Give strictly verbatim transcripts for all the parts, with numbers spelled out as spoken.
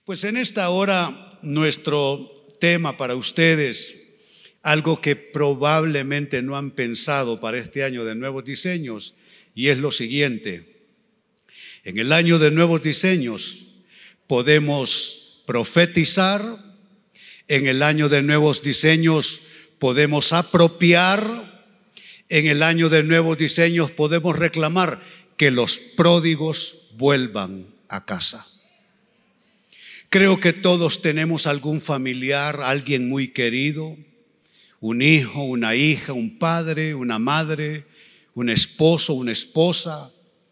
Pues en esta hora nuestro tema para ustedes, algo que probablemente no han pensado para este año de nuevos diseños, y es lo siguiente: en el año de nuevos diseños podemos profetizar, en el año de nuevos diseños podemos apropiar, en el año de nuevos diseños podemos reclamar que los pródigos vuelvan a casa. Creo que todos tenemos algún familiar, alguien muy querido, un hijo, una hija, un padre, una madre, un esposo, una esposa,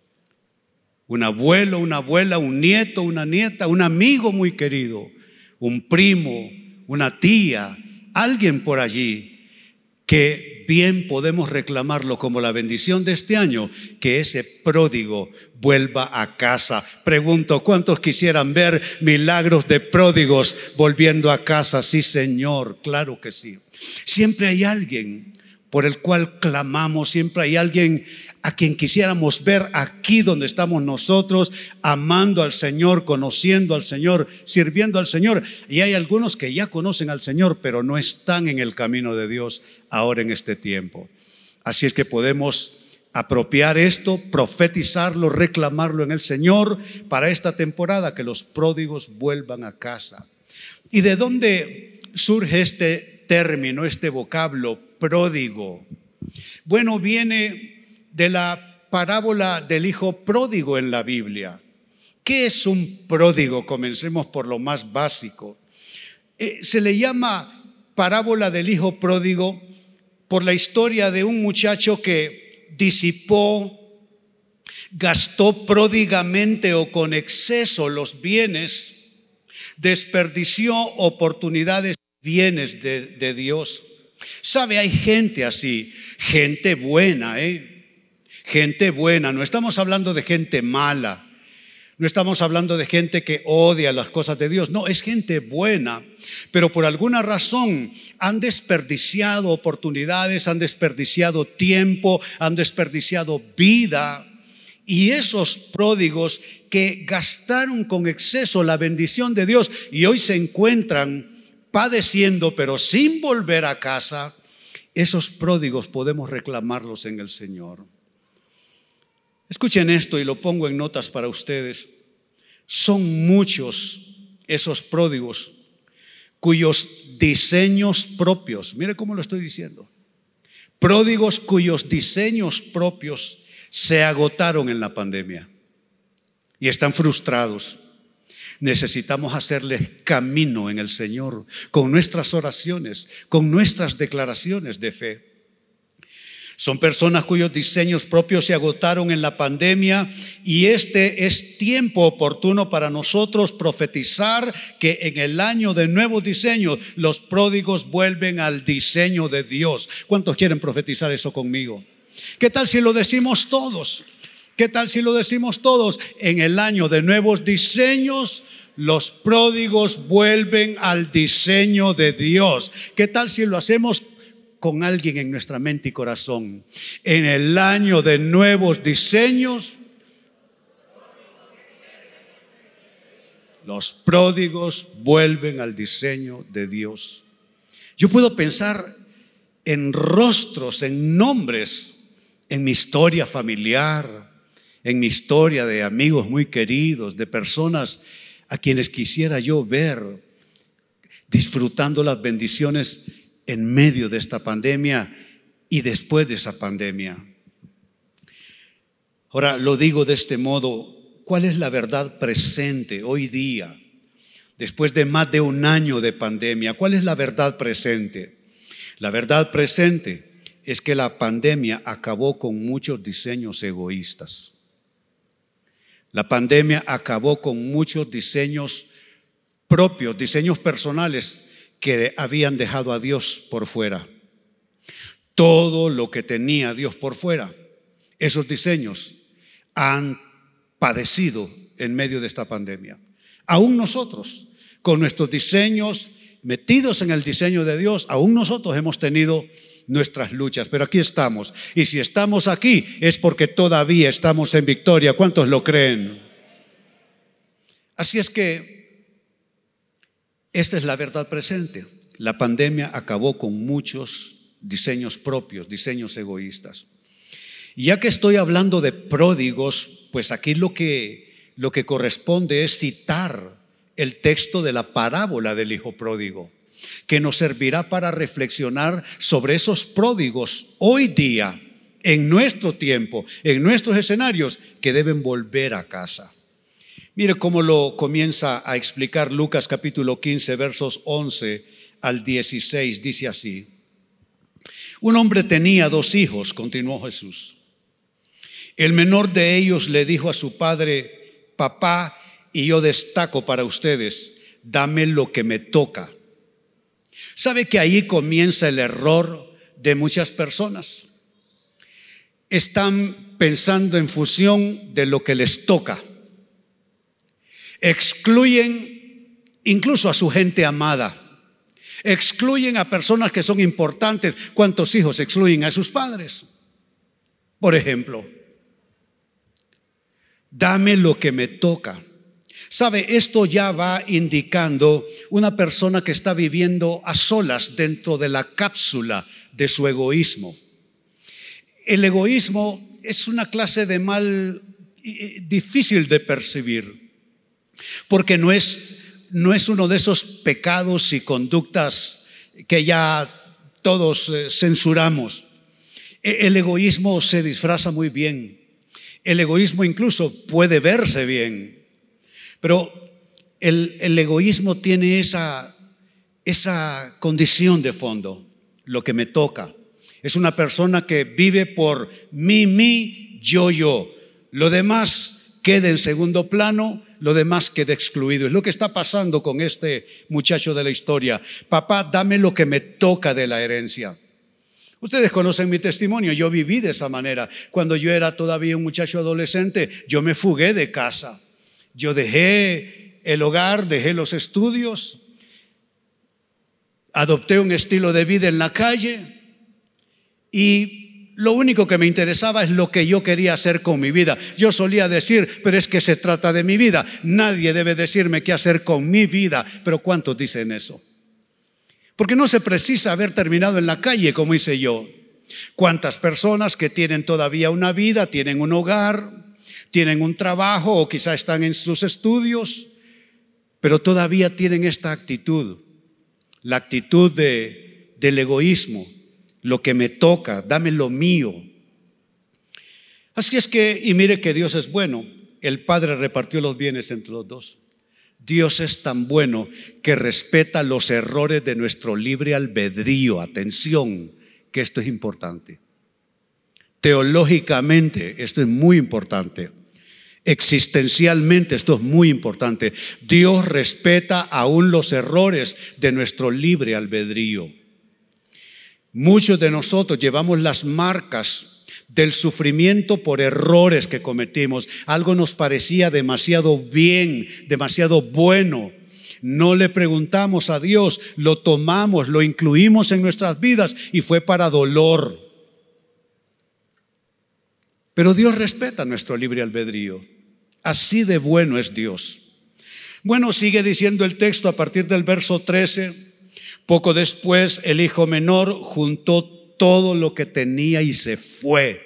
un abuelo, una abuela, un nieto, una nieta, un amigo muy querido, un primo, una tía, alguien por allí que bien podemos reclamarlo como la bendición de este año, que ese pródigo vuelva a casa. Pregunto, ¿cuántos quisieran ver milagros de pródigos volviendo a casa? Sí, Señor, claro que sí. Siempre hay alguien por el cual clamamos, siempre hay alguien a quien quisiéramos ver aquí donde estamos nosotros, amando al Señor, conociendo al Señor, sirviendo al Señor. Y hay algunos que ya conocen al Señor, pero no están en el camino de Dios ahora en este tiempo. Así es que podemos apropiar esto, profetizarlo, reclamarlo en el Señor para esta temporada, que los pródigos vuelvan a casa. ¿Y de dónde surge este término, este vocablo pródigo? Bueno, viene de la parábola del hijo pródigo en la Biblia. ¿Qué es un pródigo? Comencemos por lo más básico. Eh, se le llama parábola del hijo pródigo por la historia de un muchacho que disipó, gastó pródigamente o con exceso los bienes, desperdició oportunidades, bienes de, de Dios. ¿Sabe? Hay gente así, gente buena, ¿eh? Gente buena, no estamos hablando de gente mala, no estamos hablando de gente que odia las cosas de Dios, no, es gente buena, pero por alguna razón han desperdiciado oportunidades, han desperdiciado tiempo, han desperdiciado vida. Y esos pródigos que gastaron con exceso la bendición de Dios y hoy se encuentran padeciendo, pero sin volver a casa, esos pródigos podemos reclamarlos en el Señor. Escuchen esto y lo pongo en notas para ustedes. Son muchos esos pródigos cuyos diseños propios, mire cómo lo estoy diciendo, pródigos cuyos diseños propios se agotaron en la pandemia y están frustrados. Necesitamos hacerles camino en el Señor con nuestras oraciones, con nuestras declaraciones de fe. Son personas cuyos diseños propios se agotaron en la pandemia y este es tiempo oportuno para nosotros profetizar que en el año de nuevos diseños los pródigos vuelven al diseño de Dios. ¿Cuántos quieren profetizar eso conmigo? ¿Qué tal si lo decimos todos? ¿Qué tal si lo decimos todos? En el año de nuevos diseños, los pródigos vuelven al diseño de Dios. ¿Qué tal si lo hacemos con alguien en nuestra mente y corazón? En el año de nuevos diseños, los pródigos vuelven al diseño de Dios. Yo puedo pensar en rostros, en nombres, en mi historia familiar, en mi historia de amigos muy queridos, de personas a quienes quisiera yo ver disfrutando las bendiciones en medio de esta pandemia y después de esa pandemia. Ahora lo digo de este modo: ¿cuál es la verdad presente hoy día, después de más de un año de pandemia? ¿Cuál es la verdad presente? La verdad presente es que la pandemia acabó con muchos diseños egoístas. La pandemia acabó con muchos diseños propios, diseños personales que habían dejado a Dios por fuera. Todo lo que tenía Dios por fuera, esos diseños han padecido en medio de esta pandemia. Aún nosotros, con nuestros diseños metidos en el diseño de Dios, aún nosotros hemos tenido nuestras luchas, pero aquí estamos. Y si estamos aquí es porque todavía estamos en victoria. ¿Cuántos lo creen? Así es que Esta es la verdad presente. La pandemia acabó con muchos diseños propios, diseños egoístas. Y ya que estoy hablando de pródigos, pues aquí lo que, lo que corresponde es citar el texto de la parábola del hijo pródigo, que nos servirá para reflexionar sobre esos pródigos hoy día, en nuestro tiempo, en nuestros escenarios, que deben volver a casa. Mire cómo lo comienza a explicar Lucas capítulo quince, versos once al dieciséis. Dice así: un hombre tenía dos hijos, continuó Jesús. El menor de ellos le dijo a su padre: papá, y yo destaco para ustedes, dame lo que me toca. ¿Sabe que ahí comienza el error de muchas personas? Están pensando en función de lo que les toca. Excluyen incluso a su gente amada. Excluyen a personas que son importantes. ¿Cuántos hijos excluyen a sus padres? Por ejemplo, dame lo que me toca. ¿Sabe? Esto ya va indicando una persona que está viviendo a solas dentro de la cápsula de su egoísmo. El egoísmo es una clase de mal difícil de percibir, porque no es, no es uno de esos pecados y conductas que ya todos censuramos. El egoísmo se disfraza muy bien. El egoísmo incluso puede verse bien. Pero el, el egoísmo tiene esa, esa condición de fondo, lo que me toca. Es una persona que vive por mí, mí, yo, yo. Lo demás queda en segundo plano, lo demás queda excluido. Es lo que está pasando con este muchacho de la historia. Papá, dame lo que me toca de la herencia. Ustedes conocen mi testimonio, yo viví de esa manera. Cuando yo era todavía un muchacho adolescente, yo me fugué de casa. Yo dejé el hogar, dejé los estudios, adopté un estilo de vida en la calle y lo único que me interesaba es lo que yo quería hacer con mi vida. Yo solía decir, pero es que se trata de mi vida. Nadie debe decirme qué hacer con mi vida. Pero ¿cuántos dicen eso? Porque no se precisa haber terminado en la calle como hice yo. ¿Cuántas personas que tienen todavía una vida, tienen un hogar, tienen un trabajo o quizá están en sus estudios, pero todavía tienen esta actitud, la actitud de, del egoísmo, lo que me toca, dame lo mío. Así es que, y mire que Dios es bueno, el Padre repartió los bienes entre los dos. Dios es tan bueno que respeta los errores de nuestro libre albedrío. Atención, que esto es importante. Teológicamente esto es muy importante. Existencialmente esto es muy importante. Dios respeta aún los errores de nuestro libre albedrío. Muchos de nosotros llevamos las marcas del sufrimiento por errores que cometimos. Algo nos parecía demasiado bien, demasiado bueno. No le preguntamos a Dios, lo tomamos, lo incluimos en nuestras vidas y fue para dolor. Pero Dios respeta nuestro libre albedrío. Así de bueno es Dios. Bueno, sigue diciendo el texto a partir del verso trece. Poco después el hijo menor juntó todo lo que tenía y se fue.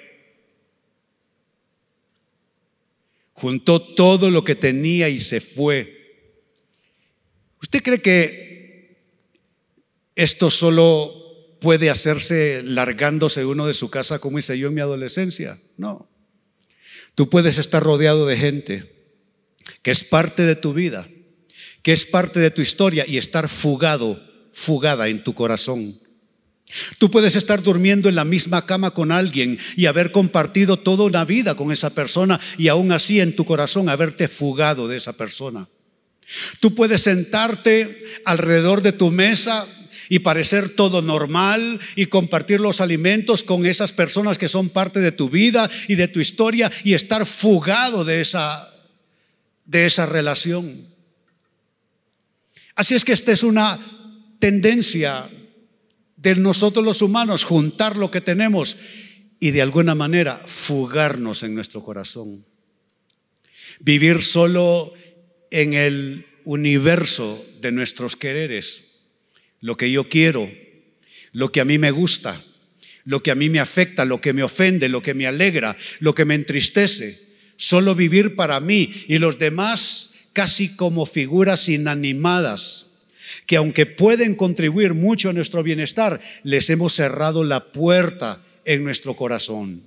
Juntó todo lo que tenía y se fue. ¿Usted cree que esto solo puede hacerse largándose uno de su casa como hice yo en mi adolescencia? No. Tú puedes estar rodeado de gente que es parte de tu vida, que es parte de tu historia y estar fugado, fugada en tu corazón. Tú puedes estar durmiendo en la misma cama con alguien y haber compartido toda una vida con esa persona y aún así en tu corazón haberte fugado de esa persona. Tú puedes sentarte alrededor de tu mesa y parecer todo normal y compartir los alimentos con esas personas que son parte de tu vida y de tu historia y estar fugado de esa, de esa relación. Así es que esta es una tendencia de nosotros los humanos, juntar lo que tenemos y de alguna manera fugarnos en nuestro corazón. Vivir solo en el universo de nuestros quereres, lo que yo quiero, lo que a mí me gusta, lo que a mí me afecta, lo que me ofende, lo que me alegra, lo que me entristece. Solo vivir para mí y los demás casi como figuras inanimadas, que aunque pueden contribuir mucho a nuestro bienestar, les hemos cerrado la puerta en nuestro corazón.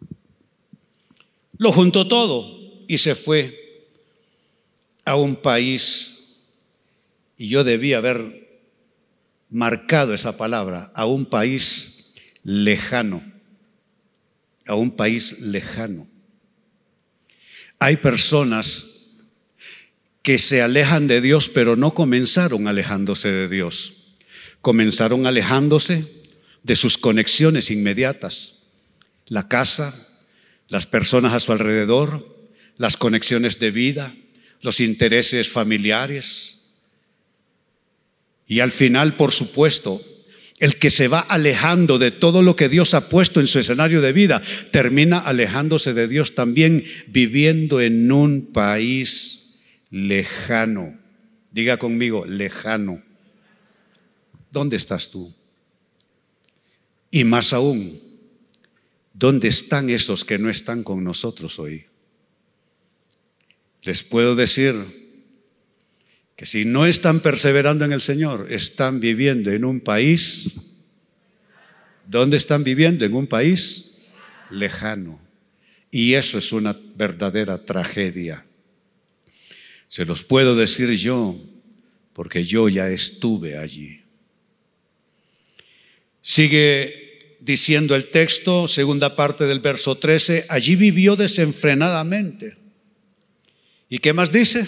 Lo juntó todo y se fue a un país, y yo debía haber marcado esa palabra, a un país lejano, a un país lejano. Hay personas que se alejan de Dios, pero no comenzaron alejándose de Dios. Comenzaron alejándose de sus conexiones inmediatas, la casa, las personas a su alrededor, las conexiones de vida, los intereses familiares. Y al final, por supuesto, el que se va alejando de todo lo que Dios ha puesto en su escenario de vida, termina alejándose de Dios también, viviendo en un país lejano. Diga conmigo, lejano. ¿Dónde estás tú? Y más aún, ¿dónde están esos que no están con nosotros hoy? Les puedo decir que si no están perseverando en el Señor, están viviendo en un país. ¿Dónde están viviendo? En un país lejano. Y eso es una verdadera tragedia. Se los puedo decir yo, porque yo ya estuve allí. Sigue diciendo el texto, segunda parte del verso trece, allí vivió desenfrenadamente. ¿Y qué más dice?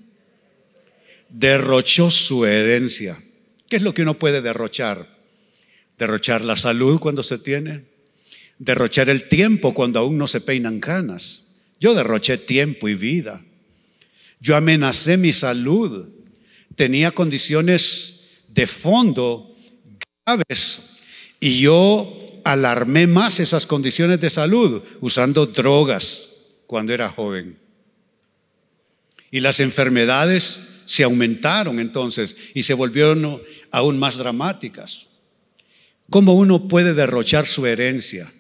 Derrochó su herencia. ¿Qué es lo que uno puede derrochar? Derrochar la salud cuando se tiene, derrochar el tiempo cuando aún no se peinan canas. Yo derroché tiempo y vida. Yo amenacé mi salud. Tenía condiciones de fondo graves y yo alarmé más esas condiciones de salud usando drogas cuando era joven. Y las enfermedades se aumentaron entonces y se volvieron aún más dramáticas. ¿Cómo uno puede derrochar su herencia?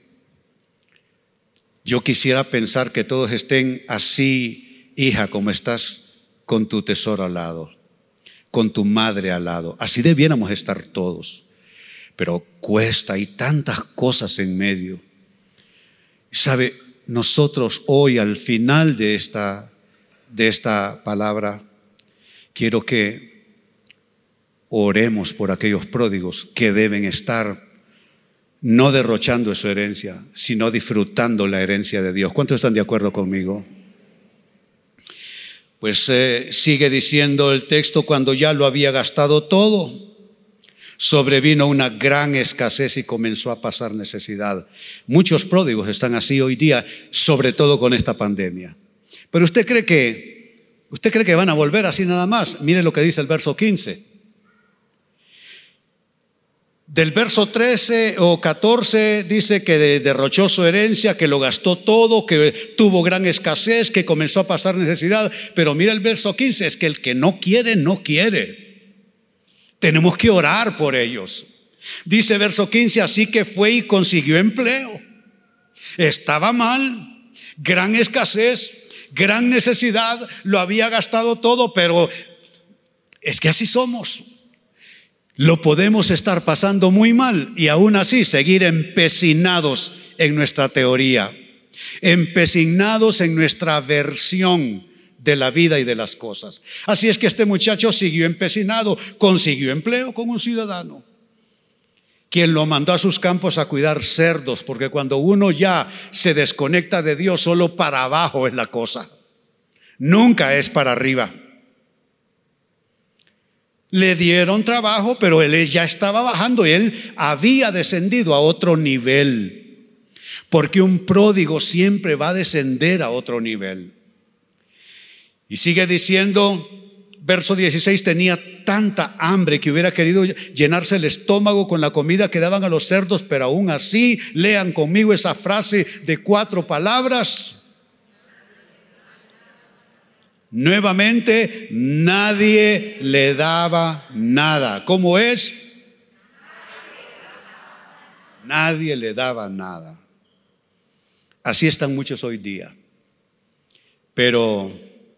Yo quisiera pensar que todos estén así, hija, como estás con tu tesoro al lado, con tu madre al lado. Así debiéramos estar todos. Pero cuesta, hay tantas cosas en medio. ¿Sabe? Nosotros hoy, al final de esta, de esta palabra, quiero que oremos por aquellos pródigos que deben estar no derrochando su herencia, sino disfrutando la herencia de Dios. ¿Cuántos están de acuerdo conmigo? Pues eh, sigue diciendo el texto, cuando ya lo había gastado todo, sobrevino una gran escasez y comenzó a pasar necesidad. Muchos pródigos están así hoy día, sobre todo con esta pandemia. Pero usted cree que, usted cree que van a volver así nada más. Mire lo que dice el verso quince. Del verso trece o catorce dice que derrochó su herencia, que lo gastó todo, que tuvo gran escasez, que comenzó a pasar necesidad. Pero mira el verso quince, es que el que no quiere, no quiere. Tenemos que orar por ellos. Dice verso quince, así que fue y consiguió empleo. Estaba mal, gran escasez, gran necesidad, lo había gastado todo, pero es que así somos. Lo podemos estar pasando muy mal y aún así seguir empecinados en nuestra teoría, empecinados en nuestra versión de la vida y de las cosas. Así es que este muchacho siguió empecinado, consiguió empleo con un ciudadano, quien lo mandó a sus campos a cuidar cerdos, porque cuando uno ya se desconecta de Dios, solo para abajo es la cosa, nunca es para arriba. Le dieron trabajo, pero él ya estaba bajando, él había descendido a otro nivel, porque un pródigo siempre va a descender a otro nivel. Y sigue diciendo, verso dieciséis, tenía tanta hambre que hubiera querido llenarse el estómago con la comida que daban a los cerdos, pero aún así, lean conmigo esa frase de cuatro palabras. Nuevamente, nadie le daba nada. ¿Cómo es? Nadie le daba nada. Así están muchos hoy día. Pero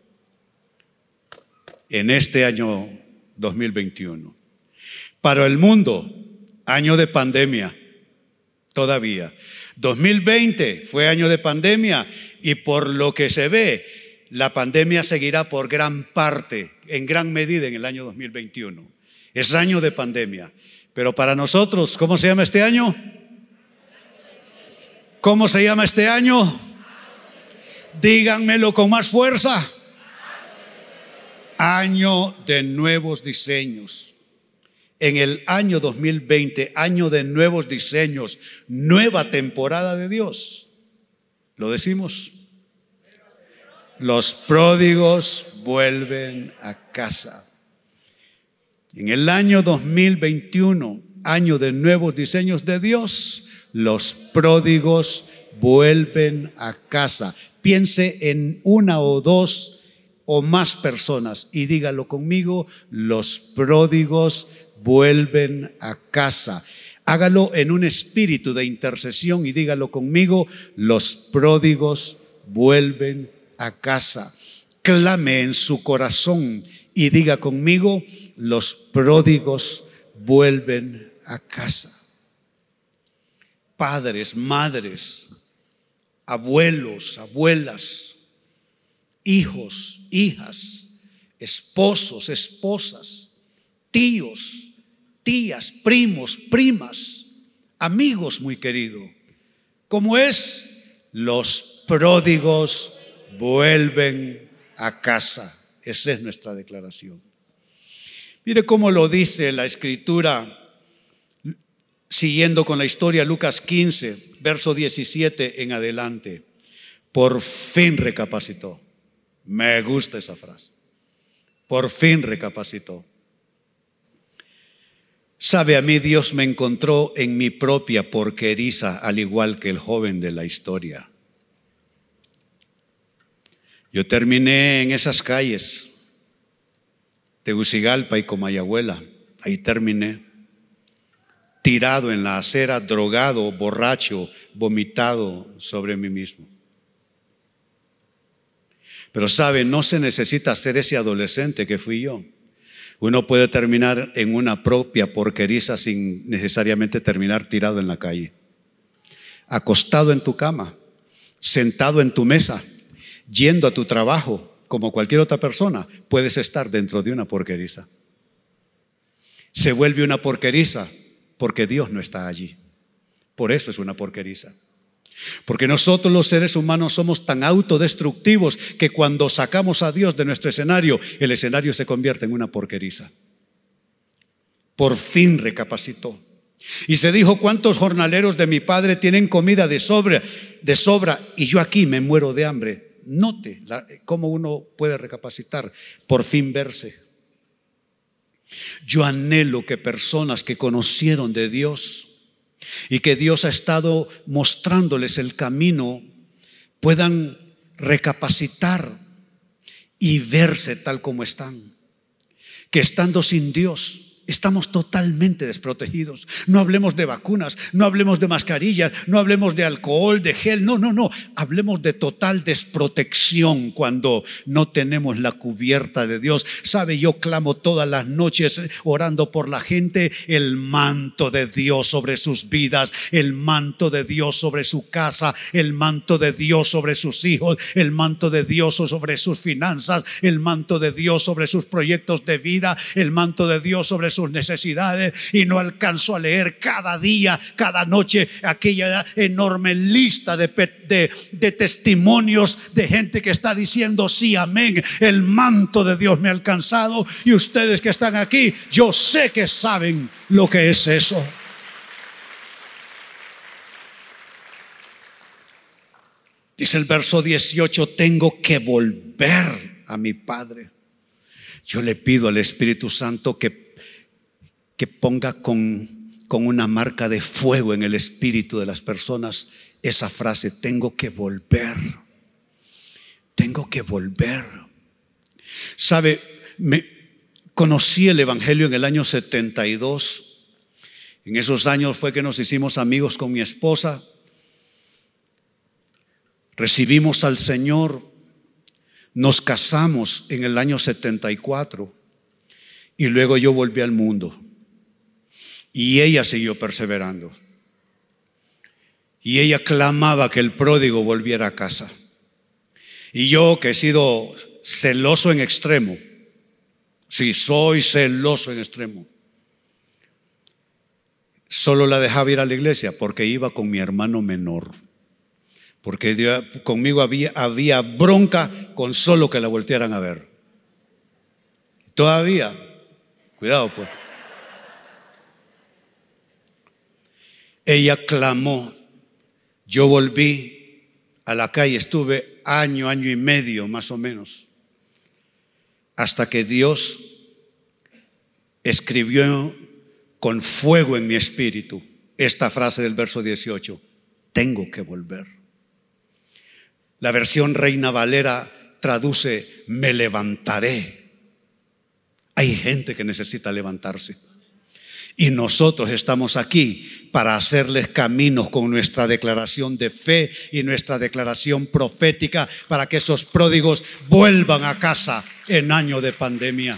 en este año dos mil veintiuno, para el mundo, año de pandemia, todavía. dos mil veinte fue año de pandemia y por lo que se ve, la pandemia seguirá por gran parte, en gran medida en el año dos mil veintiuno. Es año de pandemia. Pero para nosotros, ¿cómo se llama este año? ¿Cómo se llama este año? Díganmelo con más fuerza. Año de nuevos diseños. En el año dos mil veinte, año de nuevos diseños, nueva temporada de Dios. ¿Lo decimos? Los pródigos vuelven a casa. En el año dos mil veintiuno, año de nuevos diseños de Dios, los pródigos vuelven a casa. Piense en una o dos o más personas y dígalo conmigo: los pródigos vuelven a casa. Hágalo en un espíritu de intercesión y dígalo conmigo: los pródigos vuelven a casa. Clame en su corazón y diga conmigo: los pródigos vuelven a casa. Padres, madres, abuelos, abuelas, hijos, hijas, esposos, esposas, tíos, tías, primos, primas, amigos muy queridos. ¿Cómo es? Los pródigos vuelven a casa. Esa es nuestra declaración. Mire cómo lo dice la Escritura, siguiendo con la historia, Lucas quince, verso diecisiete en adelante. Por fin recapacitó. Me gusta esa frase. Por fin recapacitó. Sabe, a mí Dios me encontró en mi propia porqueriza, al igual que el joven de la historia. Yo terminé en esas calles, Tegucigalpa y Comayagüela. Ahí terminé, tirado en la acera, drogado, borracho, vomitado sobre mí mismo. Pero sabe, no se necesita ser ese adolescente que fui yo. Uno puede terminar en una propia porqueriza sin necesariamente terminar tirado en la calle. Acostado en tu cama, sentado en tu mesa, yendo a tu trabajo, como cualquier otra persona, puedes estar dentro de una porqueriza. Se vuelve una porqueriza porque Dios no está allí. Por eso es una porqueriza. Porque nosotros los seres humanos somos tan autodestructivos que cuando sacamos a Dios de nuestro escenario, el escenario se convierte en una porqueriza. Por fin recapacitó. Y se dijo: ¿cuántos jornaleros de mi padre tienen comida de sobra, de sobra y yo aquí me muero de hambre? Note la, cómo uno puede recapacitar, por fin verse. Yo anhelo que personas que conocieron de Dios y que Dios ha estado mostrándoles el camino puedan recapacitar y verse tal como están. Que estando sin Dios estamos totalmente desprotegidos. No hablemos de vacunas, no hablemos de mascarillas, no hablemos de alcohol, de gel. No, no, no. Hablemos de total desprotección cuando no tenemos la cubierta de Dios. Sabe, yo clamo todas las noches orando por la gente, el manto de Dios sobre sus vidas, el manto de Dios sobre su casa, el manto de Dios sobre sus hijos, el manto de Dios sobre sus finanzas, el manto de Dios sobre sus proyectos de vida, el manto de Dios sobre sus necesidades. Y no alcanzo a leer cada día, cada noche, aquella enorme lista de, de, de testimonios de gente que está diciendo: sí, amén, el manto de Dios me ha alcanzado. Y ustedes que están aquí, yo sé que saben lo que es eso. Dice el verso dieciocho: tengo que volver a mi Padre. Yo le pido al Espíritu Santo que que ponga con, con una marca de fuego en el espíritu de las personas esa frase: tengo que volver, tengo que volver. Sabe, me conocí el Evangelio en el año setenta y dos. En esos años fue que nos hicimos amigos con mi esposa. Recibimos al Señor, nos casamos en el año setenta y cuatro y luego yo volví al mundo y ella siguió perseverando y ella clamaba que el pródigo volviera a casa. Y yo, que he sido celoso en extremo, sí, soy celoso en extremo, solo la dejaba ir a la iglesia porque iba con mi hermano menor. Porque Dios, conmigo había, había bronca con solo que la voltearan a ver. Todavía, cuidado pues. Ella clamó, yo volví a la calle, estuve año, año y medio más o menos, hasta que Dios escribió con fuego en mi espíritu esta frase del verso dieciocho: tengo que volver. La versión Reina Valera traduce: me levantaré. Hay gente que necesita levantarse y nosotros estamos aquí para hacerles caminos con nuestra declaración de fe y nuestra declaración profética para que esos pródigos vuelvan a casa en año de pandemia.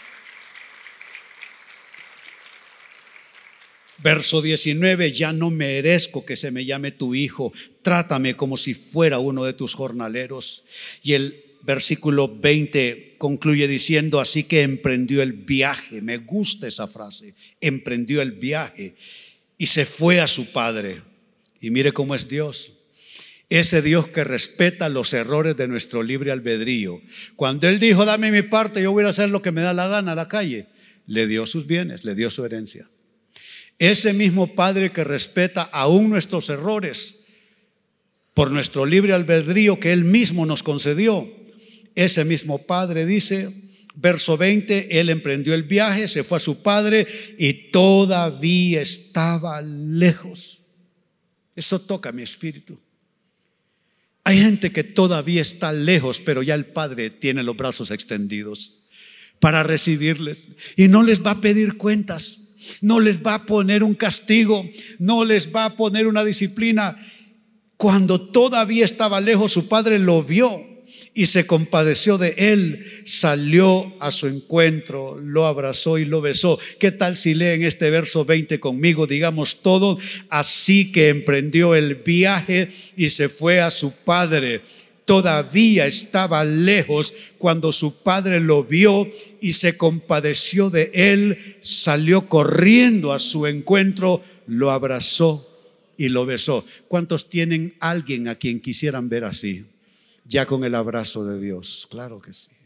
Verso diecinueve: ya no merezco que se me llame tu hijo, trátame como si fuera uno de tus jornaleros. Y el versículo veinte concluye diciendo: así que emprendió el viaje. Me gusta esa frase, emprendió el viaje y se fue a su padre. Y mire cómo es Dios, ese Dios que respeta los errores de nuestro libre albedrío. Cuando Él dijo: dame mi parte, yo voy a hacer lo que me da la gana a la calle, le dio sus bienes, le dio su herencia. Ese mismo Padre que respeta aún nuestros errores por nuestro libre albedrío que Él mismo nos concedió, ese mismo Padre dice, verso veinte: Él emprendió el viaje, se fue a su padre y todavía estaba lejos. Eso toca mi espíritu. Hay gente que todavía está lejos, pero ya el Padre tiene los brazos extendidos para recibirles y no les va a pedir cuentas. No les va a poner un castigo, no les va a poner una disciplina. Cuando todavía estaba lejos, su padre lo vio y se compadeció de él, salió a su encuentro, lo abrazó y lo besó. ¿Qué tal si leen este verso veinte conmigo? Digamos todo: así que emprendió el viaje y se fue a su padre. Todavía estaba lejos cuando su padre lo vio y se compadeció de él, salió corriendo a su encuentro, lo abrazó y lo besó. ¿Cuántos tienen alguien a quien quisieran ver así, ya con el abrazo de Dios? Claro que sí.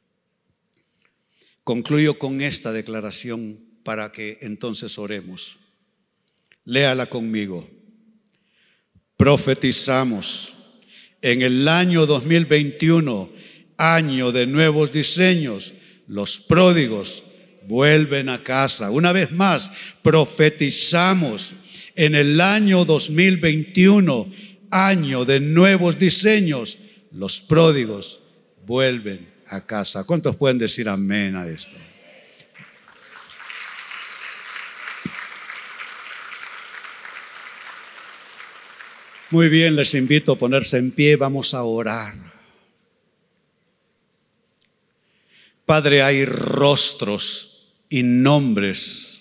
Concluyo con esta declaración para que entonces oremos. Léala conmigo. Profetizamos en el año dos mil veintiuno, año de nuevos diseños, los pródigos vuelven a casa. Una vez más, profetizamos en el año dos mil veintiuno, año de nuevos diseños, los pródigos vuelven a casa. ¿Cuántos pueden decir amén a esto? Muy bien, les invito a ponerse en pie, vamos a orar. Padre, hay rostros y nombres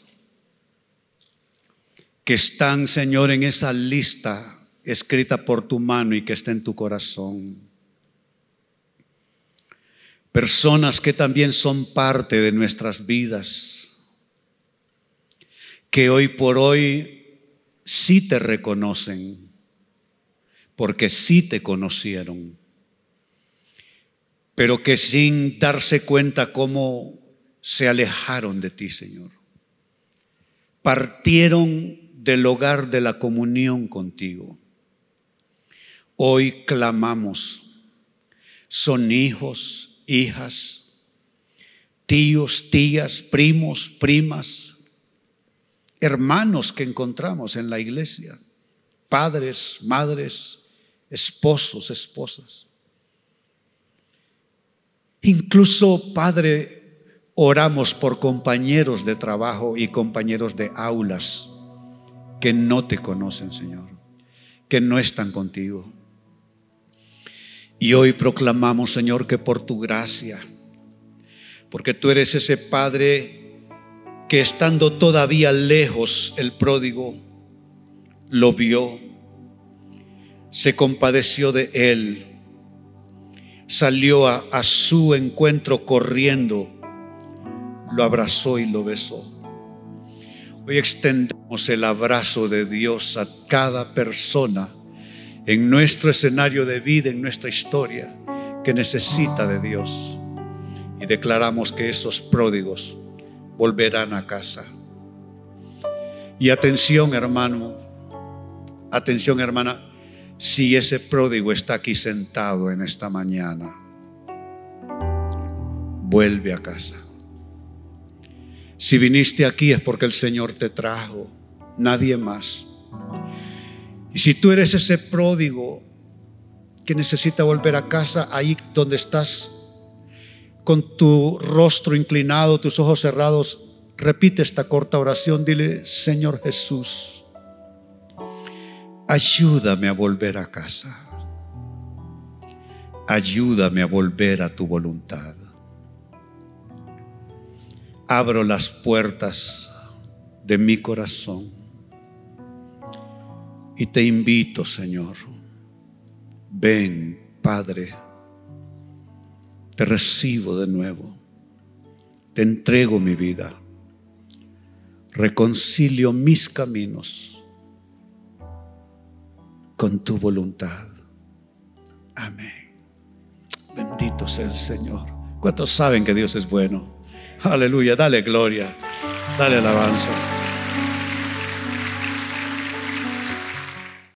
que están, Señor, en esa lista escrita por tu mano y que está en tu corazón. Personas que también son parte de nuestras vidas, que hoy por hoy sí te reconocen, porque sí te conocieron, pero que sin darse cuenta cómo se alejaron de ti, Señor. Partieron del hogar de la comunión contigo. Hoy clamamos, son hijos, hijas, tíos, tías, primos, primas, hermanos que encontramos en la iglesia, padres, madres, esposos, esposas. Incluso, Padre, oramos por compañeros de trabajo y compañeros de aulas que no te conocen, Señor, que no están contigo. Y hoy proclamamos, Señor, que por tu gracia, porque tú eres ese Padre que estando todavía lejos el pródigo lo vio, se compadeció de él, salió a, a su encuentro corriendo, lo abrazó y lo besó. Hoy extendemos el abrazo de Dios a cada persona en nuestro escenario de vida, en nuestra historia, que necesita de Dios. Y declaramos que esos pródigos volverán a casa. Y atención, hermano, atención, hermana, si ese pródigo está aquí sentado en esta mañana, vuelve a casa. Si viniste aquí es porque el Señor te trajo, nadie más. Y si tú eres ese pródigo que necesita volver a casa, ahí donde estás, con tu rostro inclinado, tus ojos cerrados, repite esta corta oración. Dile: Señor Jesús, ayúdame a volver a casa. Ayúdame a volver a tu voluntad. Abro las puertas de mi corazón y te invito, Señor. Ven, Padre, te recibo de nuevo. Te entrego mi vida. Reconcilio mis caminos con tu voluntad. Amén. Bendito sea el Señor. ¿Cuántos saben que Dios es bueno? Aleluya, dale gloria, dale alabanza.